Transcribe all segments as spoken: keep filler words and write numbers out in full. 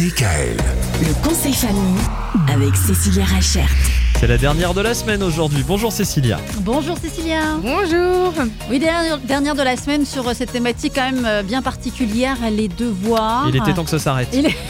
D K L. Le conseil famille avec Cécilia Rachert. C'est la dernière de la semaine aujourd'hui. Bonjour Cécilia. Bonjour Cécilia. Bonjour. Oui, dernière, dernière de la semaine sur cette thématique quand même bien particulière, les devoirs. Il était temps que ça s'arrête. Il est...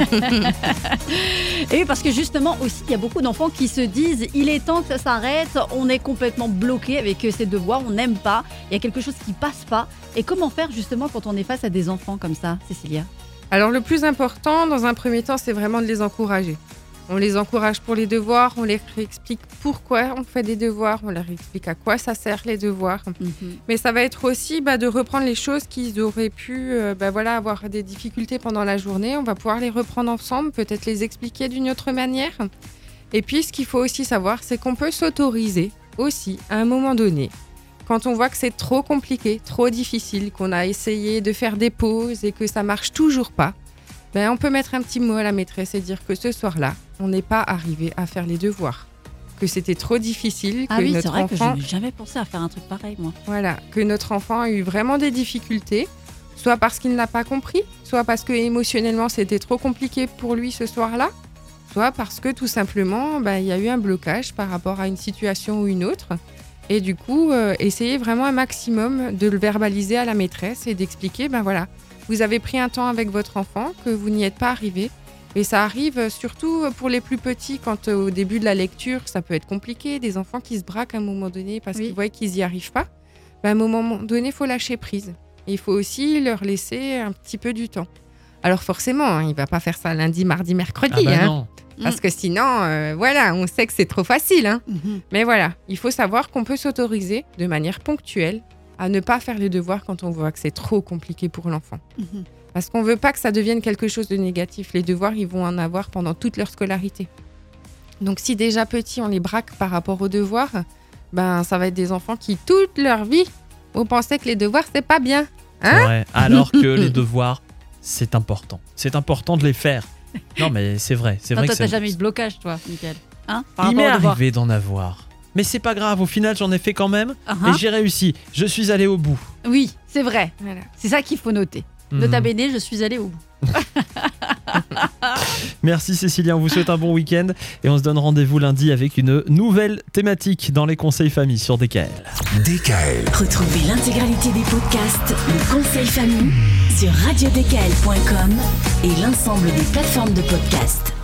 Et oui, parce que justement aussi, il y a beaucoup d'enfants qui se disent il est temps que ça s'arrête, on est complètement bloqué avec ces devoirs, on n'aime pas, il y a quelque chose qui passe pas. Et comment faire justement quand on est face à des enfants comme ça, Cécilia ? Alors le plus important dans un premier temps, c'est vraiment de les encourager. On les encourage pour les devoirs, on leur explique pourquoi on fait des devoirs, on leur explique à quoi ça sert les devoirs. Mm-hmm. Mais ça va être aussi bah, de reprendre les choses qu'ils auraient pu euh, bah, voilà, avoir des difficultés pendant la journée. On va pouvoir les reprendre ensemble, peut-être les expliquer d'une autre manière. Et puis ce qu'il faut aussi savoir, c'est qu'on peut s'autoriser aussi à un moment donné. Quand on voit que c'est trop compliqué, trop difficile, qu'on a essayé de faire des pauses et que ça marche toujours pas, ben on peut mettre un petit mot à la maîtresse et dire que ce soir-là, on n'est pas arrivé à faire les devoirs, que c'était trop difficile, ah que oui, notre c'est vrai enfant, que je n'ai jamais pensé à faire un truc pareil, moi. Voilà, que notre enfant a eu vraiment des difficultés, soit parce qu'il n'a pas compris, soit parce que émotionnellement c'était trop compliqué pour lui ce soir-là, soit parce que tout simplement, ben, il y a eu un blocage par rapport à une situation ou une autre. Et du coup, euh, essayez vraiment un maximum de le verbaliser à la maîtresse et d'expliquer, ben voilà, vous avez pris un temps avec votre enfant, que vous n'y êtes pas arrivé. Et ça arrive surtout pour les plus petits, quand euh, au début de la lecture, ça peut être compliqué. Des enfants qui se braquent à un moment donné parce oui. qu'ils voient qu'ils n'y arrivent pas. Ben, à un moment donné, il faut lâcher prise. Et il faut aussi leur laisser un petit peu du temps. Alors forcément, hein, il ne va pas faire ça lundi, mardi, mercredi. Ah bah hein. non. Parce que sinon, euh, voilà, on sait que c'est trop facile. Hein. Mm-hmm. Mais voilà, il faut savoir qu'on peut s'autoriser de manière ponctuelle à ne pas faire les devoirs quand on voit que c'est trop compliqué pour l'enfant. Mm-hmm. Parce qu'on ne veut pas que ça devienne quelque chose de négatif. Les devoirs, ils vont en avoir pendant toute leur scolarité. Donc si déjà petits, on les braque par rapport aux devoirs, ben, ça va être des enfants qui, toute leur vie, vont penser que les devoirs, c'est pas bien. Hein ? C'est vrai. Alors que les devoirs, c'est important. C'est important de les faire. Non mais c'est vrai, c'est non, vrai toi, que t'as ça... jamais eu de blocage, toi, Mickaël, hein, il m'est arrivé d'en avoir, mais c'est pas grave. Au final, j'en ai fait quand même, uh-huh. et j'ai réussi. Je suis allé au bout. Oui, c'est vrai. Voilà. C'est ça qu'il faut noter. Mm-hmm. Nota bene, je suis allé au bout. Merci Cécilia, on vous souhaite un bon week-end et on se donne rendez-vous lundi avec une nouvelle thématique dans les conseils famille sur D K L. D K L. Retrouvez l'intégralité des podcasts Le Conseil Famille sur radio d k l point com et l'ensemble des plateformes de podcasts.